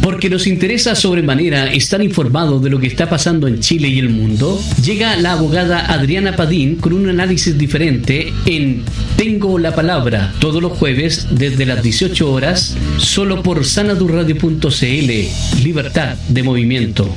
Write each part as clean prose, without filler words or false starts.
Porque nos interesa sobremanera estar informados de lo que está pasando en Chile y el mundo, llega la abogada Adriana Padín con un análisis diferente en Tengo la Palabra, todos los jueves desde las 18 horas, solo por sanadurradio.cl. Libertad de movimiento.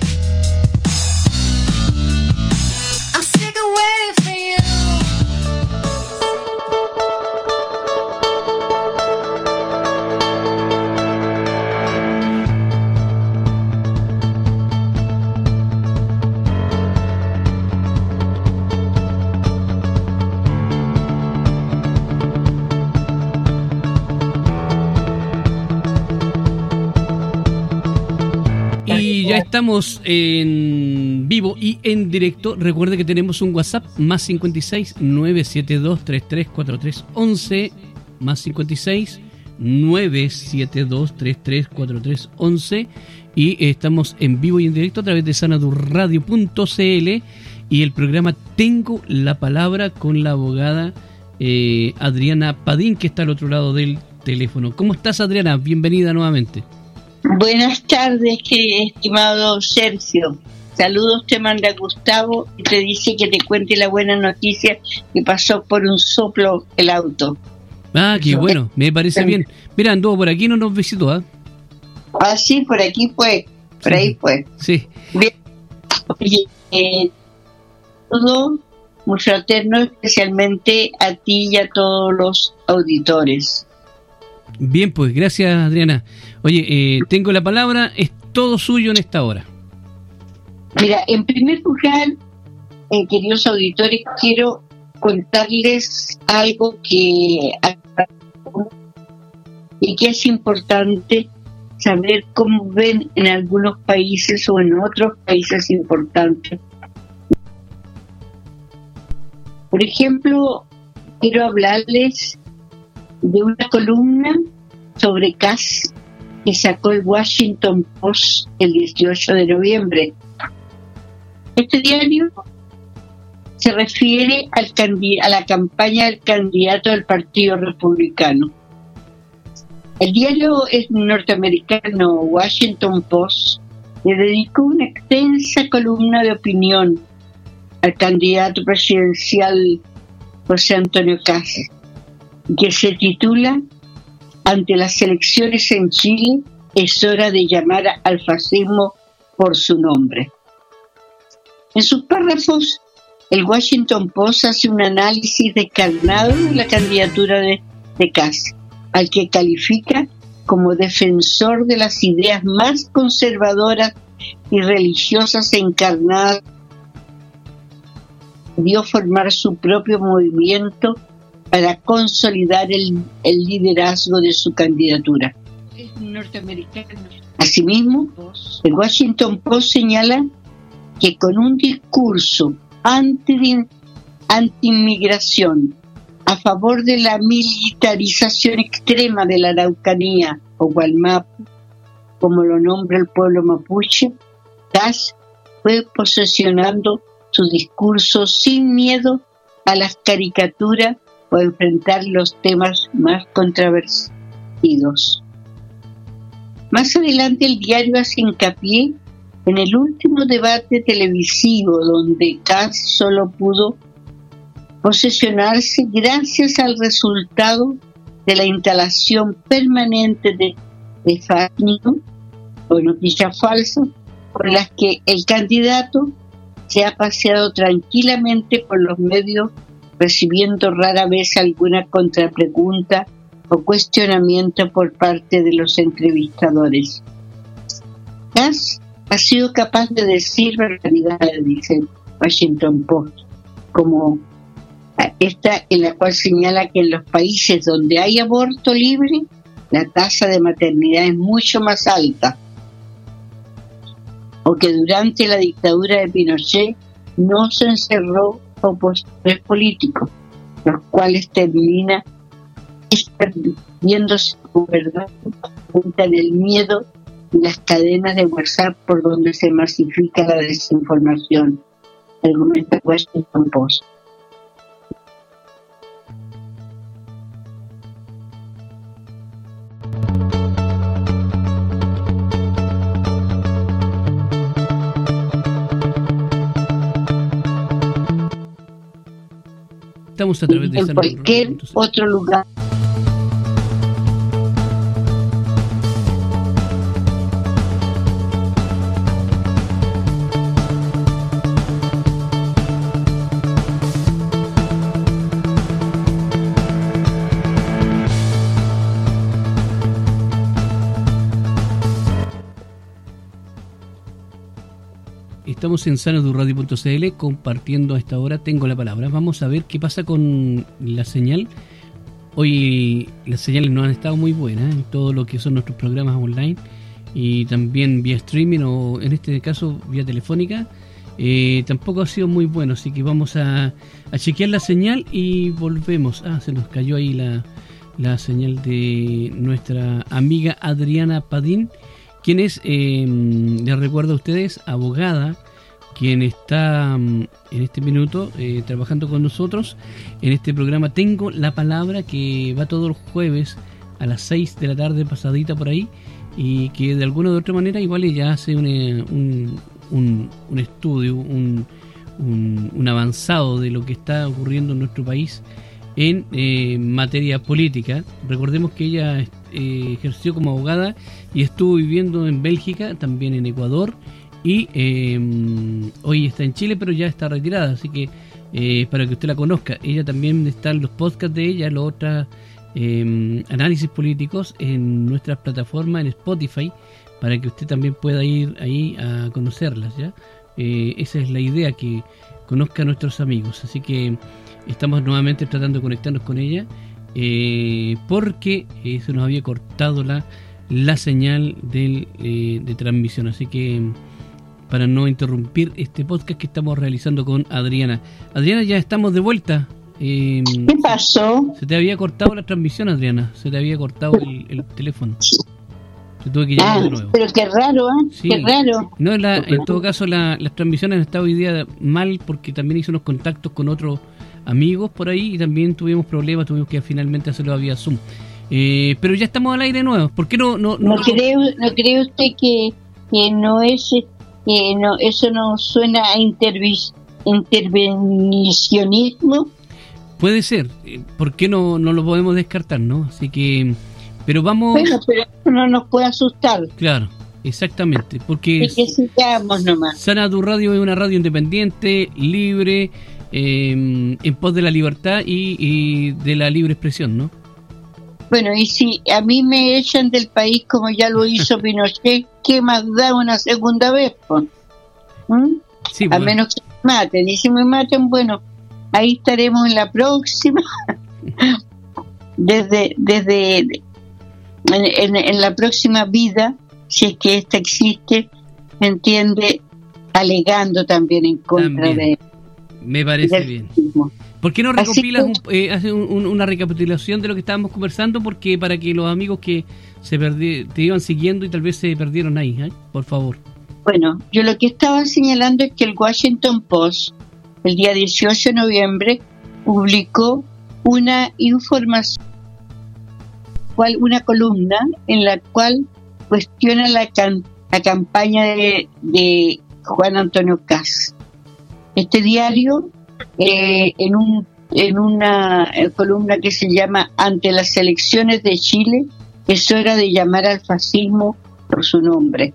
Ya estamos en vivo y en directo. Recuerde que tenemos un WhatsApp más 56 972 334311 más 56 972 334311 y estamos en vivo y en directo a través de sanadurradio.cl y el programa Tengo la Palabra con la abogada Adriana Padín, que está al otro lado del teléfono. ¿Cómo estás, Adriana? Bienvenida nuevamente. Buenas tardes, estimado Sergio. Saludos te manda Gustavo y te dice que te cuente la buena noticia que pasó por un soplo el auto. Ah, qué bueno, me parece bien. Mira, anduvo por aquí, no nos visitó, ¿eh? Ah, sí, por aquí fue, por ahí fue. Sí. Bien. Oye, todo muy fraterno, especialmente a ti y a todos los auditores. Bien, pues gracias, Adriana. Oye, tengo la palabra, es todo suyo en esta hora. Mira, en primer lugar, queridos auditores, quiero contarles algo que es importante saber cómo ven en algunos países o en otros países importantes. Por ejemplo, quiero hablarles de una columna sobre Kass que sacó el Washington Post el 18 de noviembre. Este diario se refiere a la campaña del candidato del Partido Republicano. El diario norteamericano Washington Post le dedicó una extensa columna de opinión al candidato presidencial José Antonio Kass, que se titula Ante las elecciones en Chile es hora de llamar al fascismo por su nombre. En sus párrafos, el Washington Post hace un análisis descarnado de la candidatura de Kass, al que califica como defensor de las ideas más conservadoras y religiosas encarnadas. Dio formar su propio movimiento para consolidar el liderazgo de su candidatura. Asimismo, el Washington Post señala que con un discurso anti-inmigración, a favor de la militarización extrema de la Araucanía o Gualmapu, como lo nombra el pueblo mapuche, Kass fue posesionando su discurso sin miedo a las caricaturas o enfrentar los temas más controvertidos. Más adelante el diario hace hincapié en el último debate televisivo donde Kass solo pudo posesionarse gracias al resultado de la instalación permanente de fake news o noticias falsas por las que el candidato se ha paseado tranquilamente por los medios, recibiendo rara vez alguna contrapregunta o cuestionamiento por parte de los entrevistadores. Kass ha sido capaz de decir barbaridades, dice Washington Post, como esta en la cual señala que en los países donde hay aborto libre, la tasa de maternidad es mucho más alta, o que durante la dictadura de Pinochet no se encerró opositores políticos, los cuales termina viéndose gobernados en el miedo y las cadenas de WhatsApp por donde se masifica la desinformación, argumenta Washington Post. estamos a través de en cualquier otro lugar. Estamos en sanadurradio.cl compartiendo a esta hora. Tengo la palabra. Vamos a ver qué pasa con la señal. Hoy las señales no han estado muy buenas en todo lo que son nuestros programas online y también vía streaming o en este caso vía telefónica. Tampoco ha sido muy bueno, así que vamos a chequear la señal y volvemos. Se nos cayó ahí la señal de nuestra amiga Adriana Padín, quien es, les recuerdo a ustedes, abogada, quien está en este minuto trabajando con nosotros en este programa Tengo la Palabra, que va todos los jueves a las 6 de la tarde, pasadita por ahí, y que de alguna u otra manera igual ella hace un estudio, un avanzado de lo que está ocurriendo en nuestro país en materia política. Recordemos que ella ejerció como abogada y estuvo viviendo en Bélgica, también en Ecuador, y hoy está en Chile, pero ya está retirada, así que para que usted la conozca. Ella también está en los podcasts de ella, los otros análisis políticos en nuestras plataformas en Spotify, para que usted también pueda ir ahí a conocerlas, ¿ya? Esa es la idea, que conozca a nuestros amigos, así que estamos nuevamente tratando de conectarnos con ella, porque se nos había cortado la señal de transmisión, así que para no interrumpir este podcast que estamos realizando con Adriana. Adriana, ya estamos de vuelta. ¿Qué pasó? Se te había cortado la transmisión, Adriana, se te había cortado el teléfono. Se tuve que llamar de nuevo. Pero qué raro, sí. Qué raro. No, en todo caso las transmisiones han estado hoy día mal, porque también hice unos contactos con otros amigos por ahí y también tuvimos problemas, tuvimos que finalmente hacerlo vía Zoom. Pero ya estamos al aire de nuevo. ¿Por qué no cree usted que no es que no, eso no suena a intervencionismo? Puede ser. ¿Por qué no lo podemos descartar, no? Así que, pero vamos. Bueno, pero no nos puede asustar. Claro, exactamente, porque que sigamos nomás. Sana Tu Radio es una radio independiente, libre, en pos de la libertad y de la libre expresión, ¿no? Bueno, y si a mí me echan del país como ya lo hizo Pinochet, ¿qué más da una segunda vez? Sí, a menos que me maten. Y si me maten, bueno, ahí estaremos en la próxima. en la próxima vida, si es que esta existe, ¿me entiende? Alegando también en contra de... Me parece bien. ¿Por qué no recopilas hace una recapitulación de lo que estábamos conversando? Porque para que los amigos que te iban siguiendo y tal vez se perdieron ahí, por favor. Bueno, yo lo que estaba señalando es que el Washington Post, el día 18 de noviembre, publicó una información, una columna en la cual cuestiona la campaña de Juan Antonio Kast. Este diario, en una columna que se llama Ante las elecciones de Chile, es hora de llamar al fascismo por su nombre.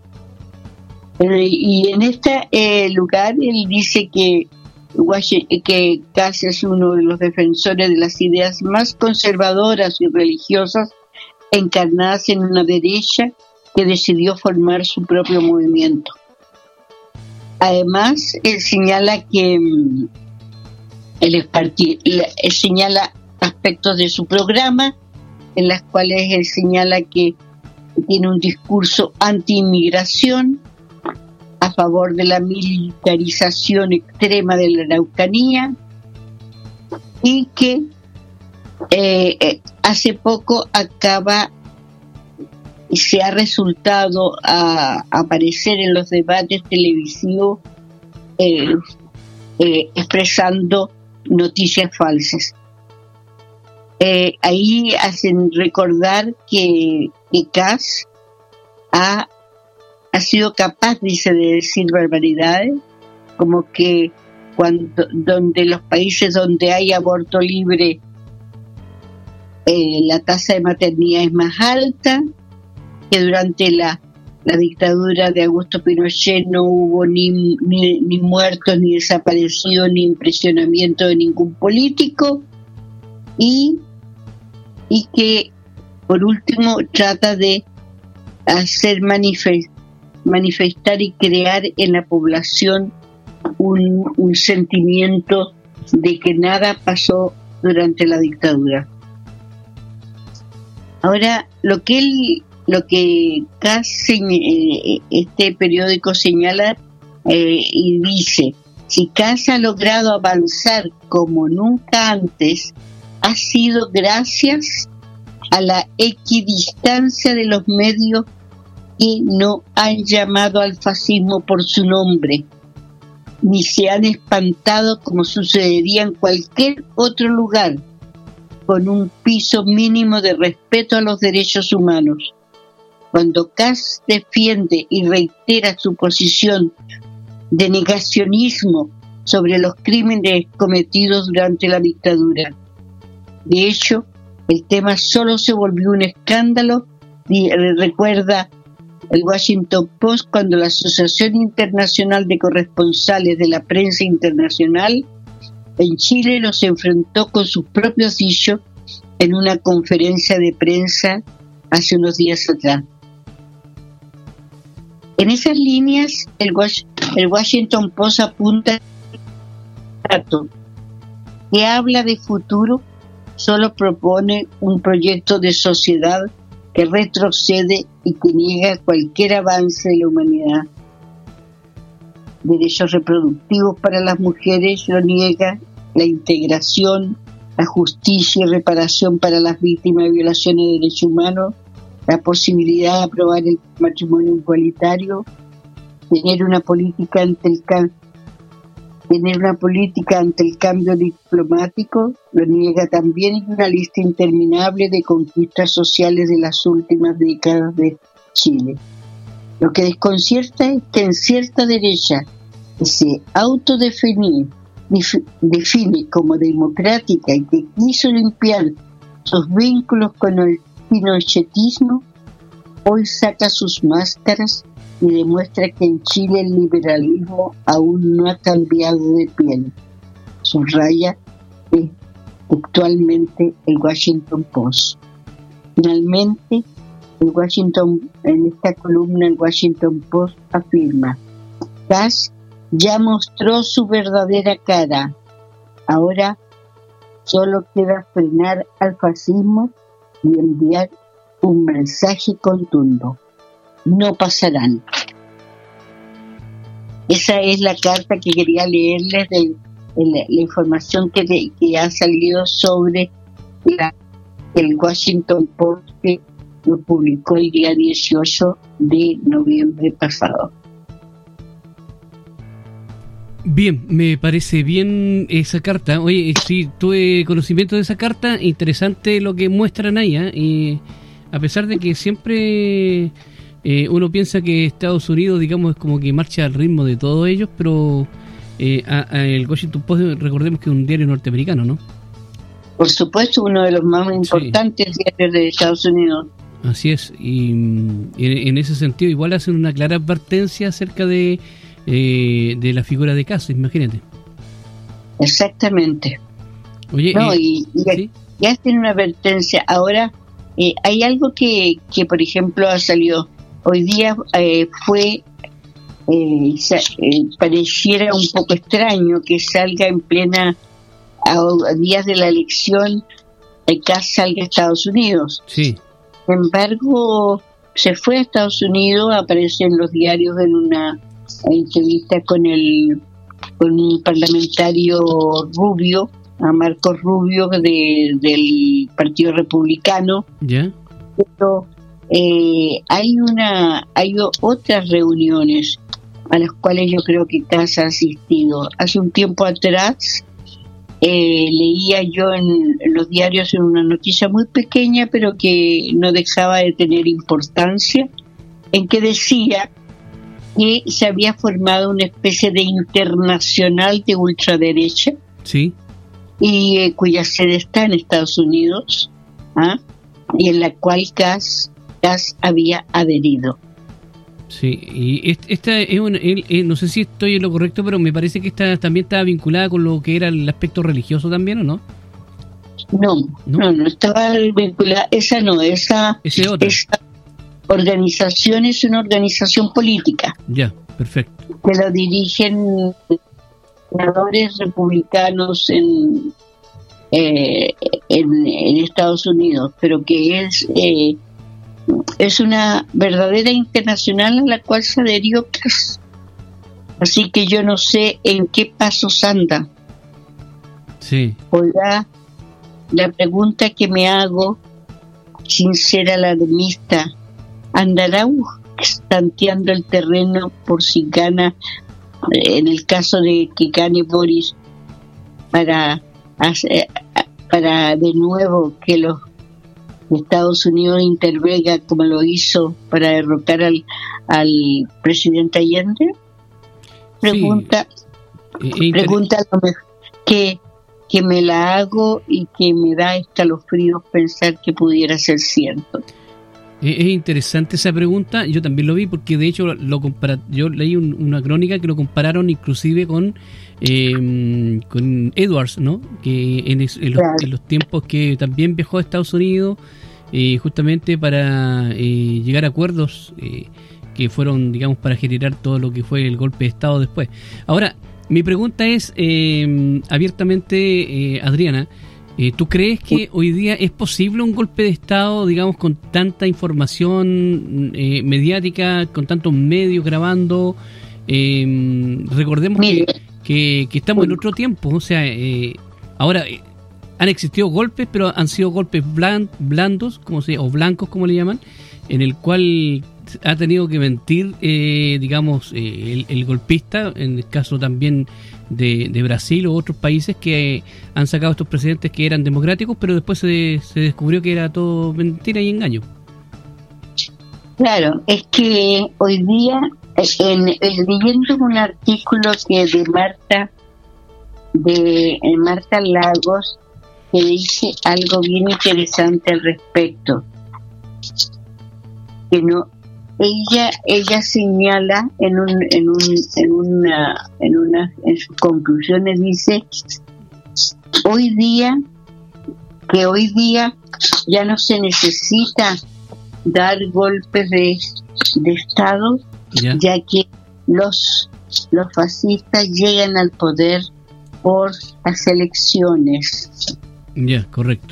Y en este lugar él dice que Kast es uno de los defensores de las ideas más conservadoras y religiosas encarnadas en una derecha que decidió formar su propio movimiento. Además, él señala que señala aspectos de su programa en las cuales él señala que tiene un discurso anti-inmigración, a favor de la militarización extrema de la Araucanía, y que hace poco se ha resultado a aparecer en los debates televisivos expresando noticias falsas. Ahí hacen recordar que Kast ha sido capaz, dice, de decir barbaridades, como que donde los países donde hay aborto libre la tasa de maternidad es más alta, que durante la dictadura de Augusto Pinochet no hubo ni muertos, ni desaparecidos, ni impresionamiento de ningún político, y que por último trata de hacer manifestar y crear en la población un sentimiento de que nada pasó durante la dictadura. Ahora, lo que Kass, este periódico señala y dice: si Kass ha logrado avanzar como nunca antes, ha sido gracias a la equidistancia de los medios que no han llamado al fascismo por su nombre, ni se han espantado como sucedería en cualquier otro lugar, con un piso mínimo de respeto a los derechos humanos. Cuando Kass defiende y reitera su posición de negacionismo sobre los crímenes cometidos durante la dictadura. De hecho, el tema solo se volvió un escándalo, recuerda el Washington Post, cuando la Asociación Internacional de Corresponsales de la Prensa Internacional en Chile los enfrentó con sus propios dichos en una conferencia de prensa hace unos días atrás. En esas líneas, el Washington Post apunta que habla de futuro, solo propone un proyecto de sociedad que retrocede y que niega cualquier avance de la humanidad. Derechos reproductivos para las mujeres lo niega, la integración, la justicia y reparación para las víctimas de violaciones de derechos humanos, la posibilidad de aprobar el matrimonio igualitario, tener una política ante el cambio diplomático, lo niega también, en una lista interminable de conquistas sociales de las últimas décadas de Chile. Lo que desconcierta es que en cierta derecha que se autodefine como democrática y que quiso limpiar sus vínculos con el pinochetismo, hoy saca sus máscaras y demuestra que en Chile el liberalismo aún no ha cambiado de piel. Subraya actualmente el Washington Post. Finalmente, en esta columna el Washington Post afirma: Kass ya mostró su verdadera cara. Ahora solo queda frenar al fascismo y enviar un mensaje contundo: no pasarán. Esa es la carta que quería leerles de la información que ha salido sobre el Washington Post, que lo publicó el día 18 de noviembre pasado. Bien, me parece bien esa carta. Oye, sí, tuve conocimiento de esa carta, interesante lo que muestran ahí, y a pesar de que siempre uno piensa que Estados Unidos, digamos, es como que marcha al ritmo de todos ellos, pero el Washington Post, recordemos que es un diario norteamericano, ¿no? Por supuesto, uno de los más importantes diarios de Estados Unidos. Así es, y en ese sentido igual hacen una clara advertencia acerca de la figura de Kass, imagínate. Exactamente. Oye, ¿sí? Ya hacen una advertencia. Ahora, hay algo que por ejemplo ha salido hoy día, pareciera un poco extraño que salga en plena, a días de la elección, Kass salga a Estados Unidos. Sí. Sin embargo, se fue a Estados Unidos, aparece en los diarios en una entrevista con un parlamentario Rubio, a Marcos Rubio del Partido Republicano. ¿Ya? Pero hay otras reuniones a las cuales yo creo que Kass ha asistido. Hace un tiempo atrás leía yo en los diarios en una noticia muy pequeña, pero que no dejaba de tener importancia, en que decía que se había formado una especie de internacional de ultraderecha, Sí. y cuya sede está en Estados Unidos, ¿ah? Y en la cual Kass había adherido. Sí, y esta es no sé si estoy en lo correcto, pero me parece que esta también estaba vinculada con lo que era el aspecto religioso también, ¿o no? No estaba vinculada, esa no, esa otra. Esa organización es una organización política. Ya, perfecto. Que lo dirigen senadores republicanos en Estados Unidos, pero que es una verdadera internacional a la cual se adherió Kass. Así que yo no sé en qué pasos anda. Sí. Oiga, la pregunta que me hago, sin ser alarmista, ¿andará tanteando el terreno por si gana, en el caso de que gane Boris, para de nuevo que los Estados Unidos intervenga como lo hizo para derrocar al presidente Allende? Pregunta, pregunta a lo mejor que me la hago y que me da escalofríos pensar que pudiera ser cierto. Es interesante esa pregunta. Yo también lo vi porque de hecho yo leí una crónica que lo compararon inclusive con Edwards, ¿no? Que en los tiempos que también viajó a Estados Unidos justamente para llegar a acuerdos que fueron, digamos, para generar todo lo que fue el golpe de Estado después. Ahora, mi pregunta es abiertamente, Adriana, ¿tú crees que hoy día es posible un golpe de Estado, digamos, con tanta información mediática, con tantos medios grabando? Recordemos que estamos en otro tiempo, o sea, ahora han existido golpes, pero han sido golpes blandos, o blancos, como le llaman, en el cual ha tenido que mentir, digamos, el golpista, en el caso también de Brasil o otros países que han sacado estos presidentes que eran democráticos, pero después se descubrió que era todo mentira y engaño. Claro, es que hoy día, leyendo un artículo que de Marta Lagos, que dice algo bien interesante al respecto, que no, ella señala en sus conclusiones, dice hoy día ya no se necesita dar golpes de Estado, ya que los fascistas llegan al poder por las elecciones. Ya, correcto.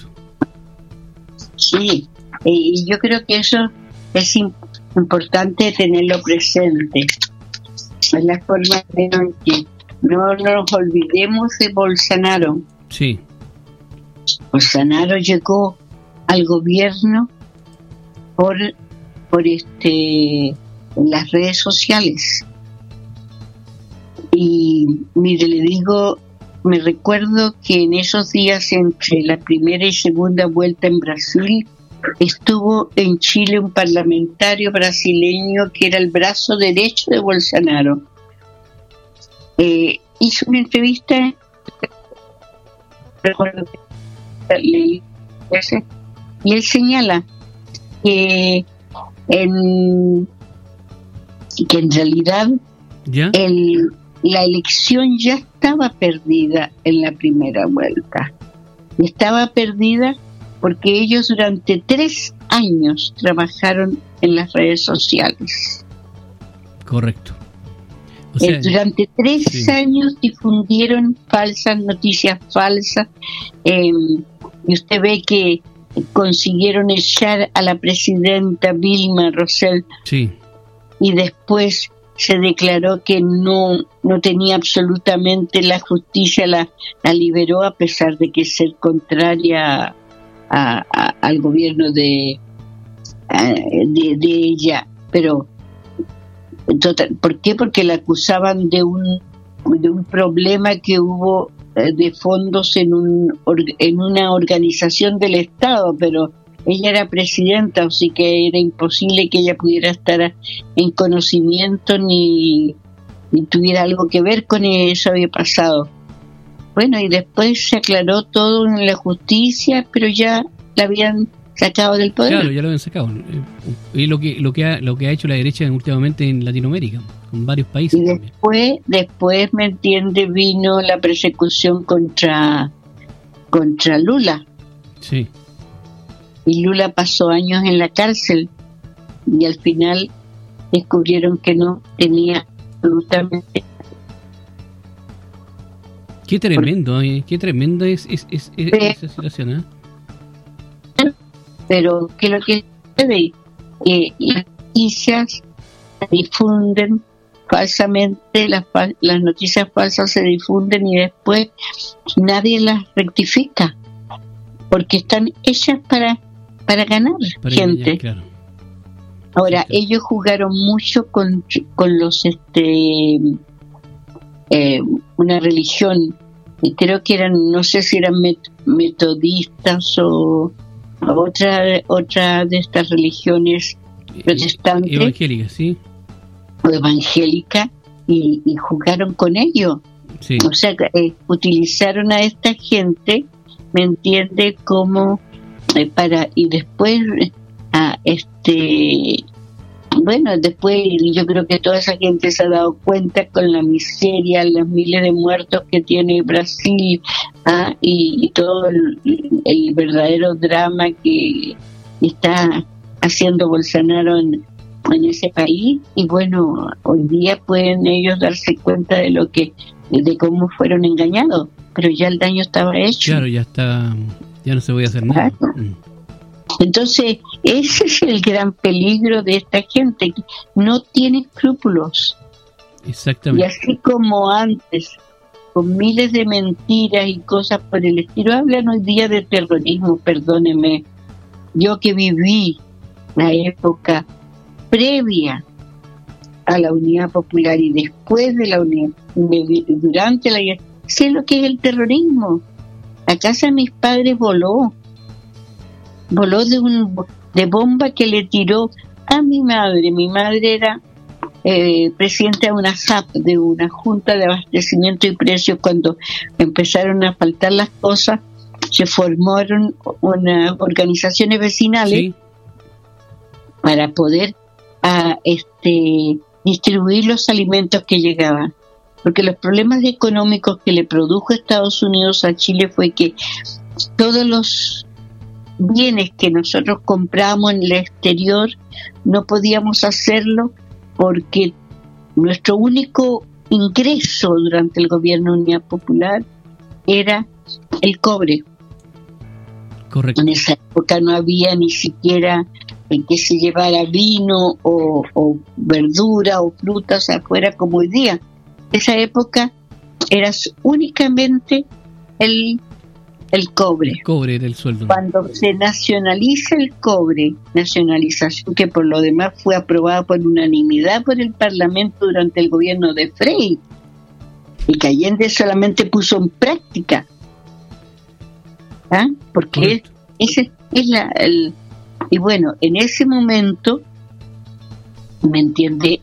Sí, y yo creo que eso es importante tenerlo presente. Es la forma de que no nos olvidemos de Bolsonaro. Sí. Bolsonaro llegó al gobierno por en las redes sociales. Y mire, le digo, me recuerdo que en esos días entre la primera y segunda vuelta en Brasil, estuvo en Chile un parlamentario brasileño que era el brazo derecho de Bolsonaro. Hizo una entrevista, recuerdo que leí, y él señala que en realidad la elección ya estaba perdida en la primera vuelta. Estaba perdida porque ellos durante 3 años trabajaron en las redes sociales. Correcto. O sea, durante 3 años difundieron noticias falsas, y usted ve que consiguieron echar a la presidenta Dilma Rousseff, y después se declaró que no tenía absolutamente, la justicia la liberó a pesar de que ser contraria al gobierno de ella. Pero ¿por qué? Porque la acusaban de un problema que hubo de fondos en una organización del Estado, pero ella era presidenta, así que era imposible que ella pudiera estar en conocimiento ni tuviera algo que ver con eso había pasado. Bueno, y después se aclaró todo en la justicia, pero ya la habían sacado del poder. Claro, ya lo habían sacado. Es lo que ha hecho la derecha últimamente en Latinoamérica, con varios países. Y después, ¿me entiende? Vino la persecución contra Lula. Sí. Y Lula pasó años en la cárcel y al final descubrieron que no tenía absolutamente. Qué tremendo es esa situación, ¿eh? Pero que lo que sucede es que las noticias se difunden falsamente, las noticias falsas se difunden y después nadie las rectifica porque están hechas para ganar gente. Ella, claro. Ahora, Sí, claro. ellos jugaron mucho con los una religión, creo que eran, no sé si eran metodistas o otra de estas religiones protestantes, evangélica, sí, o evangélica, y jugaron con ello. sí. O sea, utilizaron a esta gente, ¿me entiende? Como y después bueno, después yo creo que toda esa gente se ha dado cuenta con la miseria, los miles de muertos que tiene Brasil, y todo el verdadero drama que está haciendo Bolsonaro en ese país. Y bueno, hoy día pueden ellos darse cuenta de cómo fueron engañados, pero ya el daño estaba hecho. Claro, ya no se puede hacer nada. Claro. Entonces, ese es el gran peligro de esta gente, que no tiene escrúpulos. Exactamente. Y así como antes, con miles de mentiras y cosas por el estilo, hablan hoy día de terrorismo, perdóneme. Yo que viví la época previa a la Unidad Popular y después de la Unidad, durante la guerra, sé lo que es el terrorismo. La casa de mis padres voló de bomba que le tiró a mi madre. Mi madre era presidenta de una SAP, de una Junta de Abastecimiento y Precios. Cuando empezaron a faltar las cosas, se formaron unas organizaciones vecinales, sí, para poder distribuir los alimentos que llegaban. Porque los problemas económicos que le produjo Estados Unidos a Chile fue que todos los bienes que nosotros compramos en el exterior no podíamos hacerlo porque nuestro único ingreso durante el gobierno de Unidad Popular era el cobre. Correcto. En esa época no había ni siquiera que se llevara vino o verdura o frutas afuera como hoy día. Esa época era únicamente el cobre. El cobre era el sueldo. Cuando se nacionaliza el cobre, nacionalización que por lo demás fue aprobada por unanimidad por el Parlamento durante el gobierno de Frei, y que Allende solamente puso en práctica, porque ese es y bueno, en ese momento, ¿me entiende?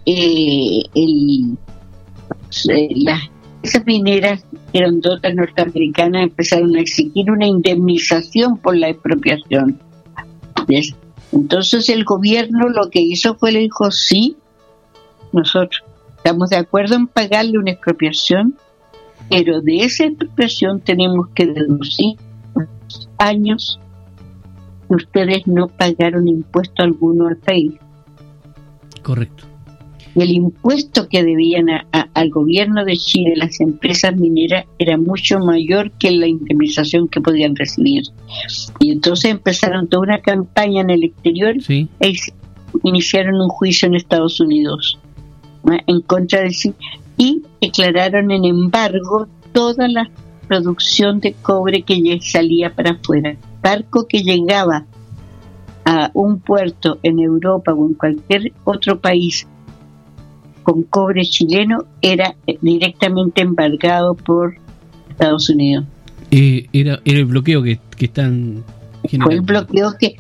Esas mineras eran dotas norteamericanas, empezaron a exigir una indemnización por la expropiación. Entonces el gobierno lo que hizo fue, le dijo, sí, nosotros estamos de acuerdo en pagarle una expropiación, pero de esa expropiación tenemos que deducir años que ustedes no pagaron impuesto alguno al país. Correcto. Y el impuesto que debían al gobierno de Chile las empresas mineras era mucho mayor que la indemnización que podían recibir. Y entonces empezaron toda una campaña en el exterior, sí, e iniciaron un juicio en Estados Unidos, ¿no?, en contra de sí, y declararon en embargo toda la producción de cobre que salía para afuera. Barco que llegaba a un puerto en Europa o en cualquier otro país con cobre chileno era directamente embargado por Estados Unidos. Era el bloqueo que están generando. Fue el bloqueo ese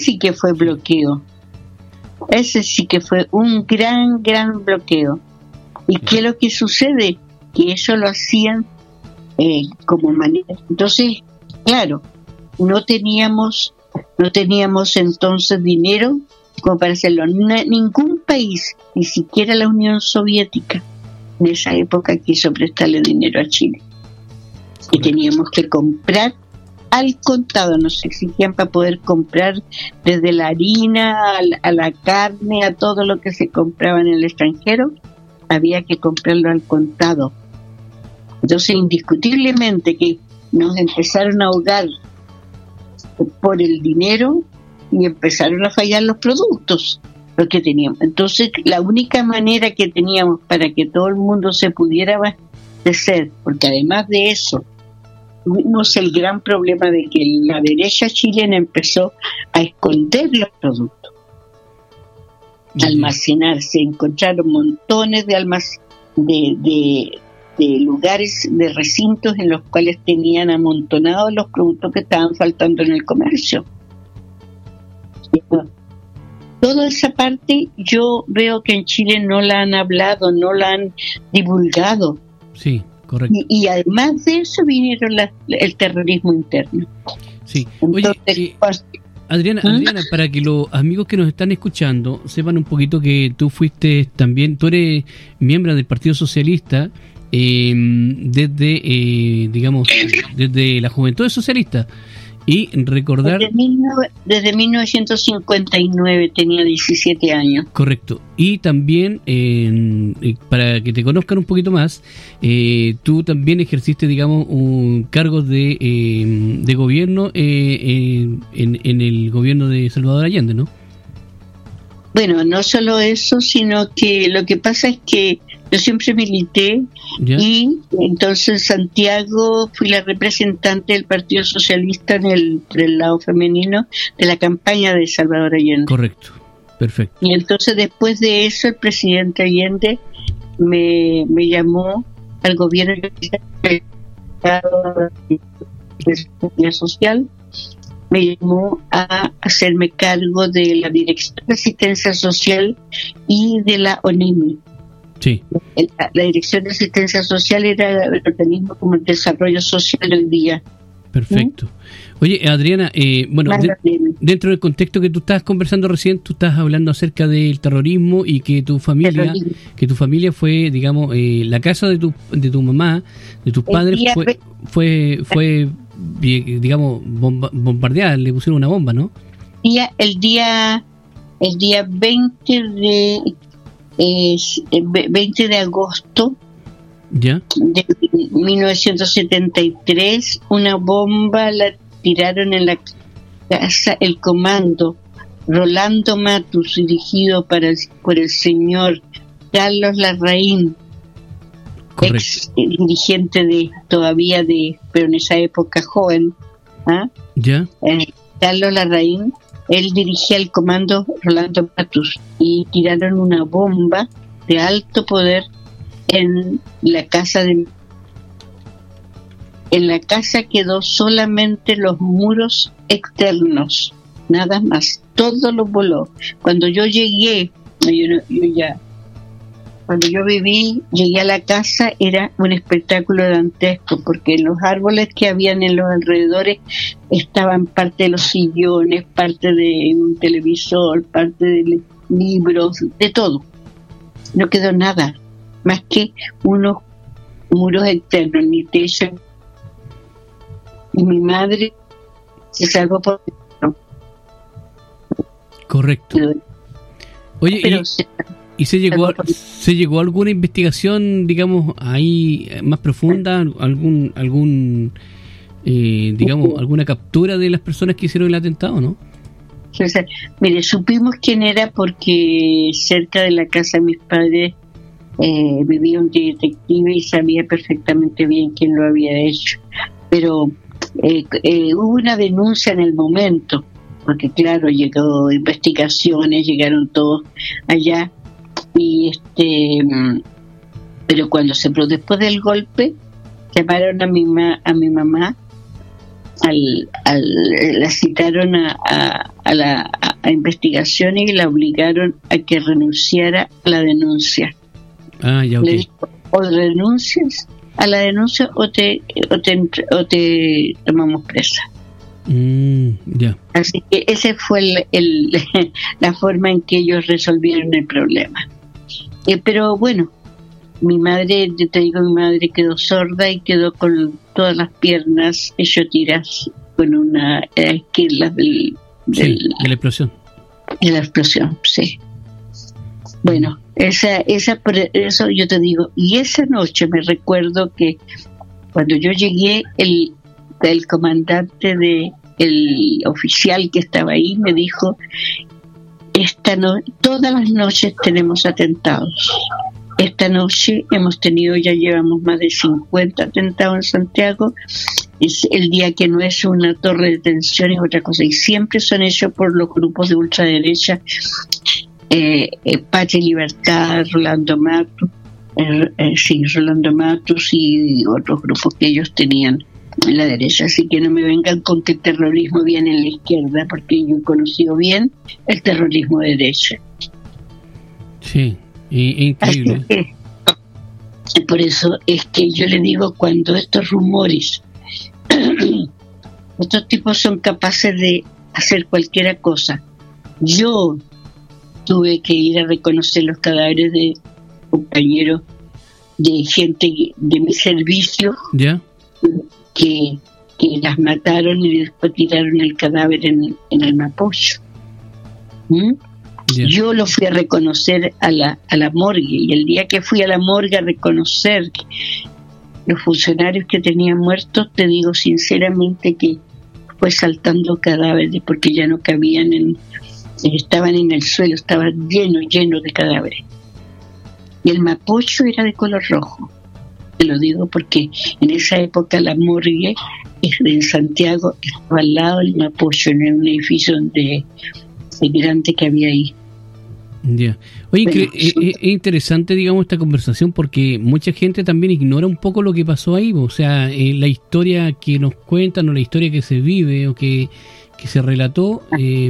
sí que fue bloqueo. Ese sí que fue un gran bloqueo. ¿Y qué es lo que sucede? Que eso lo hacían como manera. Entonces, claro, no teníamos entonces dinero como para hacerlo. Ningún país, ni siquiera la Unión Soviética, en esa época quiso prestarle dinero a Chile. Y teníamos que comprar al contado, nos exigían para poder comprar desde la harina a la carne, a todo lo que se compraba en el extranjero, había que comprarlo al contado. Entonces, indiscutiblemente que nos empezaron a ahogar por el dinero y empezaron a fallar los productos, lo que teníamos. Entonces, la única manera que teníamos para que todo el mundo se pudiera abastecer, porque además de eso, tuvimos el gran problema de que la derecha chilena empezó a esconder los productos, almacenarse, encontraron montones de lugares, de recintos en los cuales tenían amontonados los productos que estaban faltando en el comercio. Toda esa parte yo veo que en Chile no la han hablado, no la han divulgado. Sí, correcto. Y además de eso vinieron el terrorismo interno. Sí. Oye, Adriana, para que los amigos que nos están escuchando sepan un poquito que tú fuiste también, tú eres miembro del Partido Socialista desde la Juventud Socialista. Y recordar... Desde 1959 tenía 17 años. Correcto. Y también, para que te conozcan un poquito más, tú también ejerciste, digamos, un cargo de gobierno en el gobierno de Salvador Allende, ¿no? Bueno, no solo eso, sino que lo que pasa es que yo siempre milité. ¿Ya? Y entonces en Santiago fui la representante del Partido Socialista en el lado femenino de la campaña de Salvador Allende. Correcto, perfecto. Y entonces después de eso el presidente Allende me llamó al gobierno de seguridad social, me llamó a hacerme cargo de la Dirección de Asistencia Social y de la ONIMI. Sí. La Dirección de Asistencia Social era el organismo como el desarrollo social hoy día. Perfecto. Oye, Adriana, dentro del contexto que tú estabas conversando recién, tú estás hablando acerca del terrorismo y que tu familia fue, digamos, la casa de tu mamá, de tus padres fue digamos, bombardeada, le pusieron una bomba, ¿no? El día 20 de agosto ¿ya? De 1973, una bomba la tiraron en la casa el comando Rolando Matus, dirigido por el señor Carlos Larraín, ex dirigente pero en esa época joven, ¿ya? Carlos Larraín. Él dirigía el comando Rolando Matus y tiraron una bomba de alto poder en la casa en la casa quedó solamente los muros externos, nada más, todo lo voló. Cuando yo llegué, cuando yo llegué a la casa, era un espectáculo dantesco, porque los árboles que habían en los alrededores estaban parte de los sillones, parte de un televisor, parte de libros, de todo. No quedó nada, más que unos muros externos, ni techo. Y mi madre se salvó por... Correcto. Oye, ¿y se llegó a alguna investigación, digamos, ahí más profunda, digamos, alguna captura de las personas que hicieron el atentado, no? Mire, supimos quién era porque cerca de la casa de mis padres vivía un detective y sabía perfectamente bien quién lo había hecho. Pero hubo una denuncia en el momento, porque claro, llegó investigaciones, llegaron todos allá. Y pero después del golpe llamaron a mi mamá la citaron a investigaciones y la obligaron a que renunciara a la denuncia. Ya, okay. Le dijo, o renuncias a la denuncia o te tomamos presa. Ya. Así que ese fue la forma en que ellos resolvieron el problema. Pero bueno, mi madre quedó sorda y quedó con todas las piernas hecho tiras con una esquirlas de la explosión. De la explosión, sí. Bueno, por eso yo te digo, y esa noche me recuerdo que cuando yo llegué, el comandante el oficial que estaba ahí me dijo, todas las noches tenemos atentados. Esta noche ya llevamos más de 50 atentados en Santiago. Es el día que no es una torre de detención, es otra cosa, y siempre son hechos por los grupos de ultraderecha, Patria y Libertad, Rolando Matus y otros grupos que ellos tenían en la derecha. Así que no me vengan con que el terrorismo viene en la izquierda, porque yo he conocido bien el terrorismo de derecha. Sí, increíble. Por eso es que yo le digo, cuando estos rumores, estos tipos son capaces de hacer cualquier cosa. Yo tuve que ir a reconocer los cadáveres de compañeros, de gente de mi servicio, ¿ya? Que las mataron y después tiraron el cadáver en el Mapocho. Yeah. Yo lo fui a reconocer a la morgue, y el día que fui a la morgue a reconocer los funcionarios que tenían muertos, te digo sinceramente que fue saltando cadáveres porque ya no cabían, estaban en el suelo, estaba lleno de cadáveres. Y el Mapocho era de color rojo. Te lo digo porque en esa época la morgue en Santiago estaba al lado del Mapocho, en un edificio grande que había ahí. Yeah. Oye, bueno, es interesante, digamos, esta conversación, porque mucha gente también ignora un poco lo que pasó ahí. O sea, la historia que nos cuentan o la historia que se vive o que se relató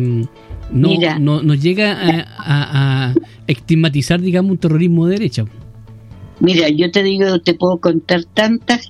no llega a estigmatizar, digamos, un terrorismo de derecha. Mira, yo te digo, te puedo contar tantas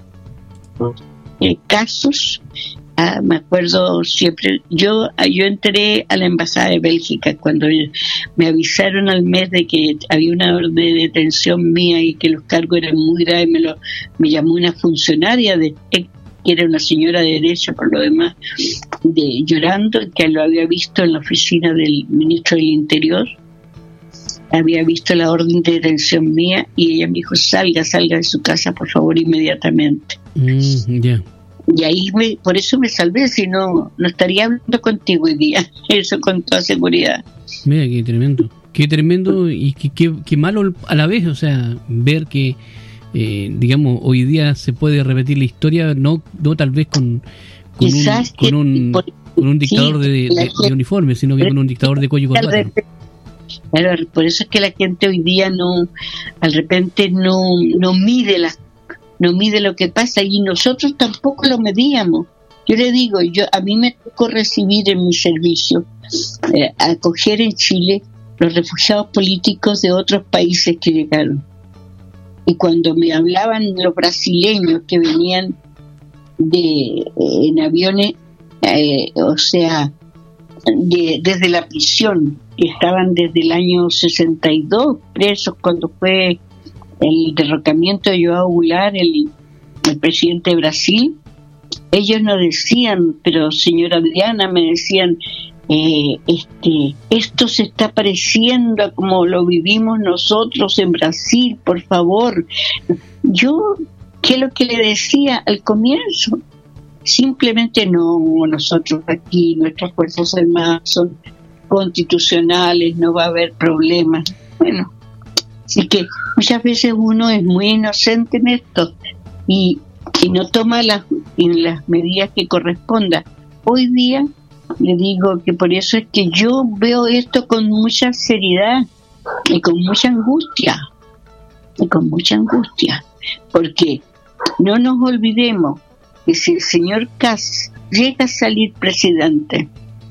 casos. Me acuerdo siempre, yo entré a la embajada de Bélgica cuando me avisaron al mes de que había una orden de detención mía y que los cargos eran muy graves. Me llamó una funcionaria que era una señora de derecha por lo demás, llorando, que lo había visto en la oficina del ministro del Interior. Había visto la orden de detención mía y ella me dijo, salga de su casa por favor inmediatamente. Yeah. Y ahí por eso me salvé, si no estaría hablando contigo hoy día, eso con toda seguridad. Mira, qué tremendo y qué malo a la vez, o sea, ver que digamos, hoy día se puede repetir la historia, no tal vez con un dictador de uniforme, sino que con un dictador de cuello y corbata. Claro, por eso es que la gente hoy día no mide lo que pasa, y nosotros tampoco lo medíamos. Yo le digo, a mí me tocó recibir en mi servicio, acoger en Chile los refugiados políticos de otros países que llegaron. Y cuando me hablaban los brasileños que venían en aviones, o sea, desde la prisión, que estaban desde el año 62 presos cuando fue el derrocamiento de João Goulart, el presidente de Brasil, ellos nos decían, pero señora Adriana, me decían, esto se está pareciendo a como lo vivimos nosotros en Brasil, por favor. Yo, ¿qué es lo que le decía al comienzo? Simplemente no, nosotros aquí, nuestras fuerzas armadas son constitucionales, no va a haber problemas. Bueno, así que muchas veces uno es muy inocente en esto y no toma las medidas que correspondan. Hoy día le digo que por eso es que yo veo esto con mucha seriedad y con mucha angustia, porque no nos olvidemos que si el señor Kast llega a salir presidente,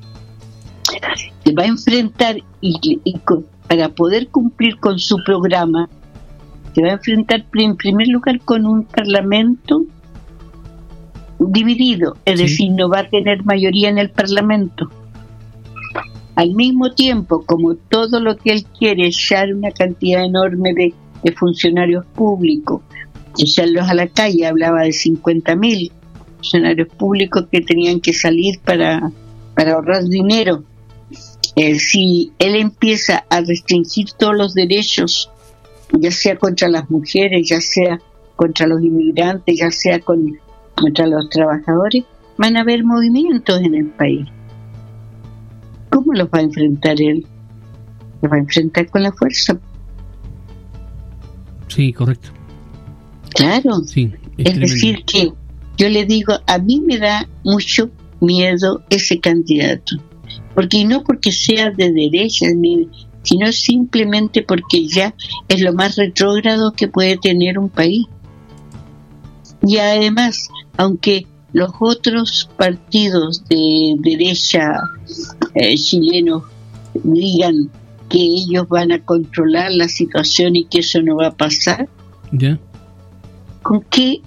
se va a enfrentar para poder cumplir con su programa, se va a enfrentar en primer lugar con un parlamento dividido, es decir, no va a tener mayoría en el parlamento. Al mismo tiempo, como todo lo que él quiere es echar una cantidad enorme de funcionarios públicos, echarlos a la calle, hablaba de 50.000 funcionarios públicos que tenían que salir para ahorrar dinero. Si él empieza a restringir todos los derechos, ya sea contra las mujeres, ya sea contra los inmigrantes, ya sea contra los trabajadores, van a haber movimientos en el país. ¿Cómo los va a enfrentar él? Los va a enfrentar con la fuerza. Sí, correcto. Claro. Sí, es decir que yo le digo, a mí me da mucho miedo ese candidato. Porque no porque sea de derecha, sino simplemente porque ya es lo más retrógrado que puede tener un país. Y además, aunque los otros partidos de derecha chilenos digan que ellos van a controlar la situación y que eso no va a pasar, ¿ya? ¿Con qué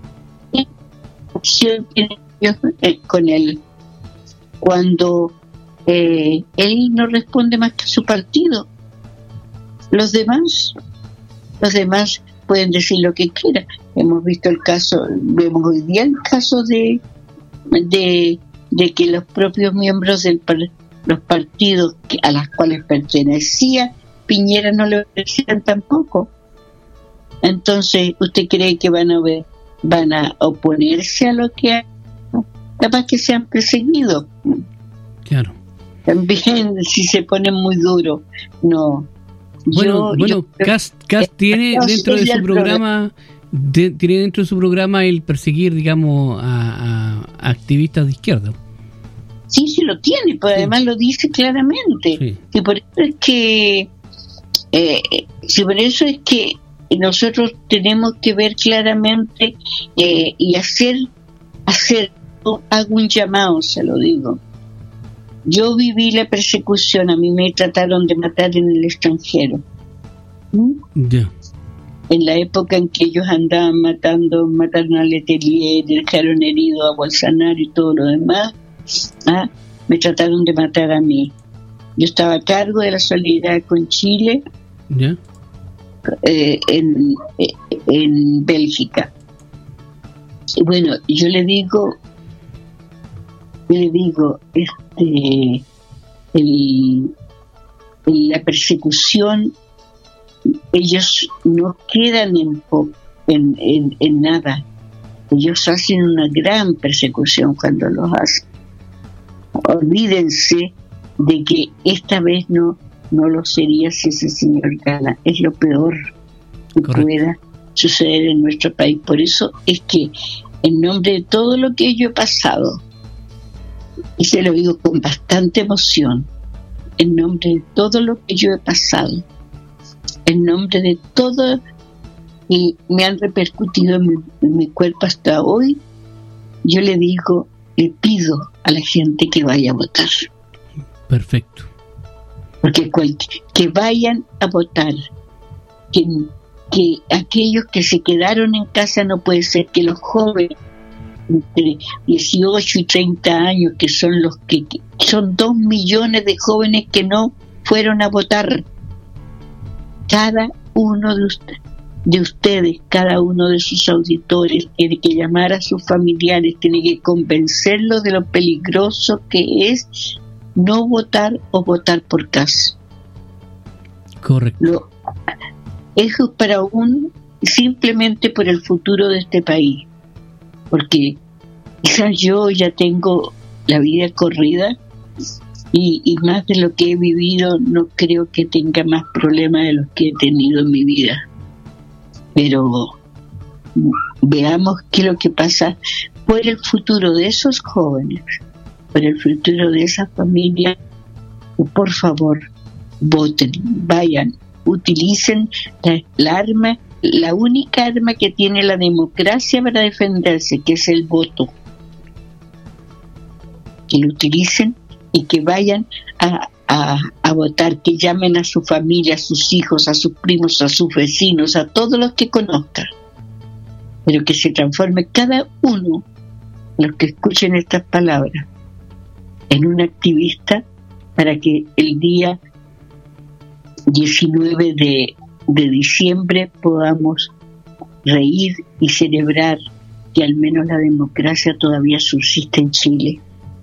opción tienen ellos con él? Cuando él no responde más que a su partido. Los demás pueden decir lo que quieran. Vemos hoy día el caso de que los propios miembros los partidos a los cuales pertenecía Piñera no le obedecían tampoco. Entonces, ¿usted cree que van a oponerse a lo que capaz que sean perseguidos? Claro. También si se ponen muy duros, no. Bueno, Kast tiene dentro de su programa el perseguir, digamos, a activistas de izquierda. Sí, lo tiene, pues sí. Además lo dice claramente. Sí. Y por eso es que nosotros tenemos que ver claramente y hago un llamado, se lo digo. Yo viví la persecución, a mí me trataron de matar en el extranjero. Yeah. En la época en que ellos andaban mataron a Letelier, dejaron herido a Bolsonaro y todo lo demás, me trataron de matar a mí. Yo estaba a cargo de la solidaridad con Chile, yeah, en Bélgica. Y bueno, yo le digo, la persecución, ellos no quedan en nada. Ellos hacen una gran persecución cuando los hacen. Olvídense de que esta vez no lo sería si ese señor gana. Es lo peor que pueda suceder en nuestro país. Por eso es que, en nombre de todo lo que yo he pasado, y se lo digo con bastante emoción, en nombre de todo lo que yo he pasado, en nombre de todo y me han repercutido en mi cuerpo hasta hoy, yo le pido a la gente que vaya a votar. Perfecto. Porque que vayan a votar, que aquellos que se quedaron en casa, no puede ser que los jóvenes entre 18 y 30 años, que son los que son 2 millones de jóvenes que no fueron a votar. Cada uno de ustedes, cada uno de sus auditores tiene que llamar a sus familiares, tiene que convencerlos de lo peligroso que es no votar o votar por casa. Correcto. Eso es para simplemente por el futuro de este país. Porque quizás yo ya tengo la vida corrida y más de lo que he vivido, no creo que tenga más problemas de los que he tenido en mi vida. Pero veamos qué es lo que pasa por el futuro de esos jóvenes, por el futuro de esa familia. Por favor, voten, vayan, utilicen la arma la única arma que tiene la democracia para defenderse, que es el voto. Que lo utilicen y que vayan a votar, que llamen a su familia, a sus hijos, a sus primos, a sus vecinos, a todos los que conozcan. Pero que se transforme cada uno, los que escuchen estas palabras, en un activista para que el día 19 de diciembre podamos reír y celebrar que al menos la democracia todavía subsiste en Chile.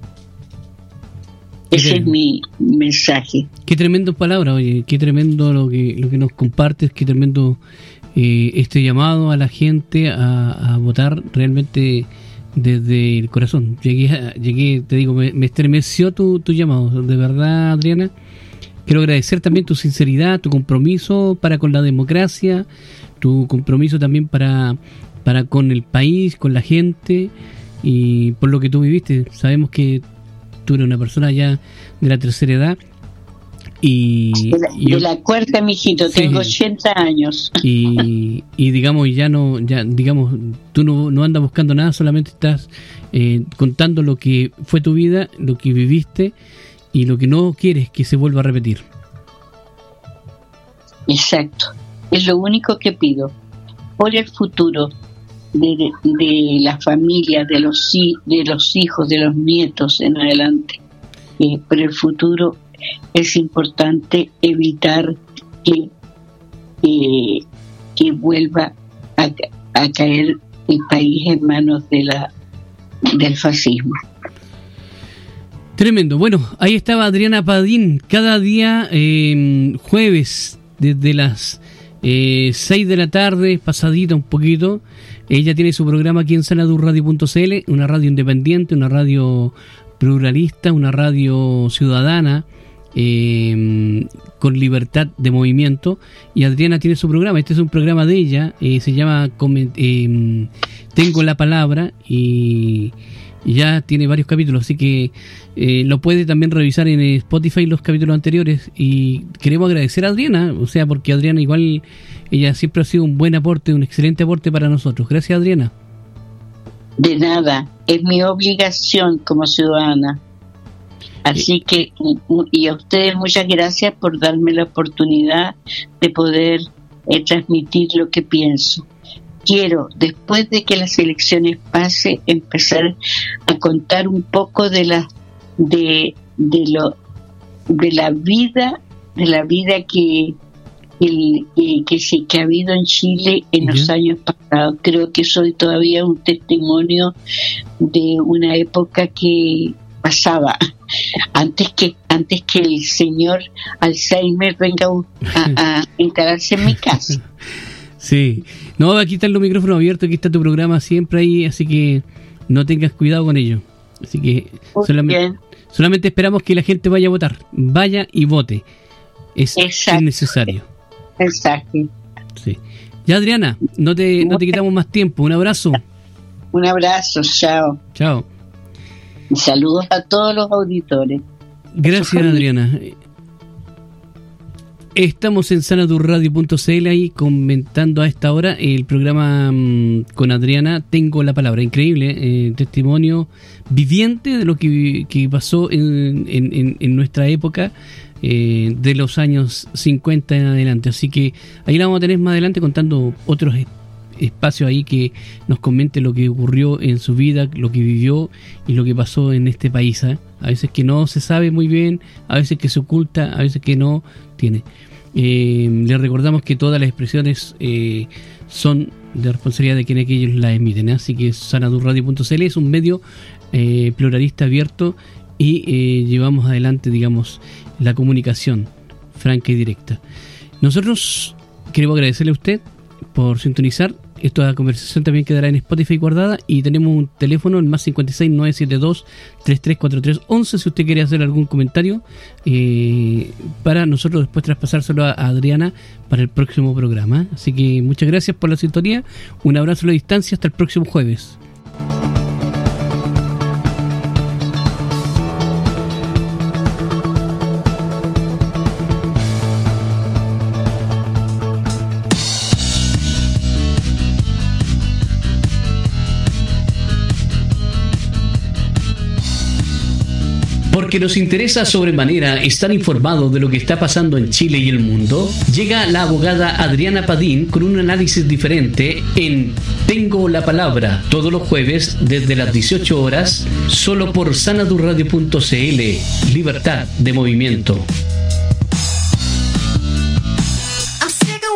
Ese es mi mensaje. Qué tremendo palabra, oye, qué tremendo lo que nos compartes, qué tremendo este llamado a la gente a votar realmente desde el corazón. Llegué, te digo, me estremeció tu llamado, de verdad, Adriana. Quiero agradecer también tu sinceridad, tu compromiso para con la democracia, tu compromiso también para con el país, con la gente y por lo que tú viviste. Sabemos que tú eres una persona ya de la tercera edad de la cuarta, mijito, sí, tengo 80 años y digamos tú no andas buscando nada, solamente estás contando lo que fue tu vida, lo que viviste y lo que no quieres que se vuelva a repetir. Exacto, es lo único que pido por el futuro de la familia, de los hijos, de los nietos en adelante. Por el futuro es importante evitar que vuelva a caer el país en manos del fascismo. Tremendo. Bueno, ahí estaba Adriana Padín, cada día jueves desde las 6 de la tarde, pasadita un poquito. Ella tiene su programa aquí en sanadurradio.cl, una radio independiente, una radio pluralista, una radio ciudadana, con libertad de movimiento. Y Adriana tiene su programa, este es un programa de ella, se llama Tengo la Palabra, y ya tiene varios capítulos, así que lo puede también revisar en Spotify los capítulos anteriores. Y queremos agradecer a Adriana, o sea, porque Adriana igual, ella siempre ha sido un buen aporte, un excelente aporte para nosotros. Gracias, Adriana. De nada, es mi obligación como ciudadana. Así que, y a ustedes muchas gracias por darme la oportunidad de poder transmitir lo que pienso. Quiero, después de que las elecciones pase, empezar a contar un poco de la vida que ha habido en Chile en los años pasados. Creo que soy todavía un testimonio de una época que pasaba antes que el señor Alzheimer venga a instalarse en mi casa. Sí, no, aquí están los micrófonos abiertos, aquí está tu programa siempre ahí, así que no tengas cuidado con ello. Así que solamente esperamos que la gente vaya a votar, vaya y vote. Es necesario. Exacto. Sí. Ya, Adriana, no te quitamos más tiempo. Un abrazo. Un abrazo, chao. Chao. Y saludos a todos los auditores. Gracias, Adriana. Estamos en sanadurradio.cl ahí comentando a esta hora el programa con Adriana. Tengo la Palabra. Increíble, testimonio viviente de lo que pasó en nuestra época, de los años 50 en adelante. Así que ahí la vamos a tener más adelante contando otros espacios ahí que nos comente lo que ocurrió en su vida, lo que vivió y lo que pasó en este país. A veces que no se sabe muy bien, a veces que se oculta, a veces que no tiene. Les recordamos que todas las expresiones son de responsabilidad de quienes ellos las emiten, así que sanadurradio.cl es un medio pluralista, abierto, y llevamos adelante, digamos, la comunicación franca y directa. Nosotros queremos agradecerle a usted por sintonizar. Esta conversación también quedará en Spotify guardada, y tenemos un teléfono, el más 56 972 334311, si usted quiere hacer algún comentario para nosotros después traspasárselo a Adriana para el próximo programa. Así que muchas gracias por la sintonía, un abrazo a la distancia, hasta el próximo jueves. Porque nos interesa sobremanera estar informados de lo que está pasando en Chile y el mundo, llega la abogada Adriana Padín con un análisis diferente en Tengo la Palabra, todos los jueves desde las 18 horas, solo por sanadurradio.cl. Libertad de movimiento.